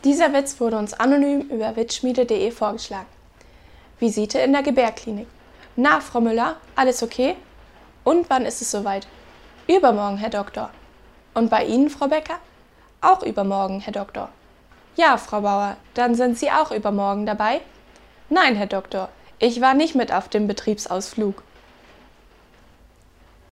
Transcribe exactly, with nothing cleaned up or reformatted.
Dieser Witz wurde uns anonym über witzschmiede punkt de vorgeschlagen. Visite in der Gebärklinik. Na, Frau Müller, alles okay? Und wann ist es soweit? Übermorgen, Herr Doktor. Und bei Ihnen, Frau Becker? Auch übermorgen, Herr Doktor. Ja, Frau Bauer, dann sind Sie auch übermorgen dabei? Nein, Herr Doktor, ich war nicht mit auf dem Betriebsausflug.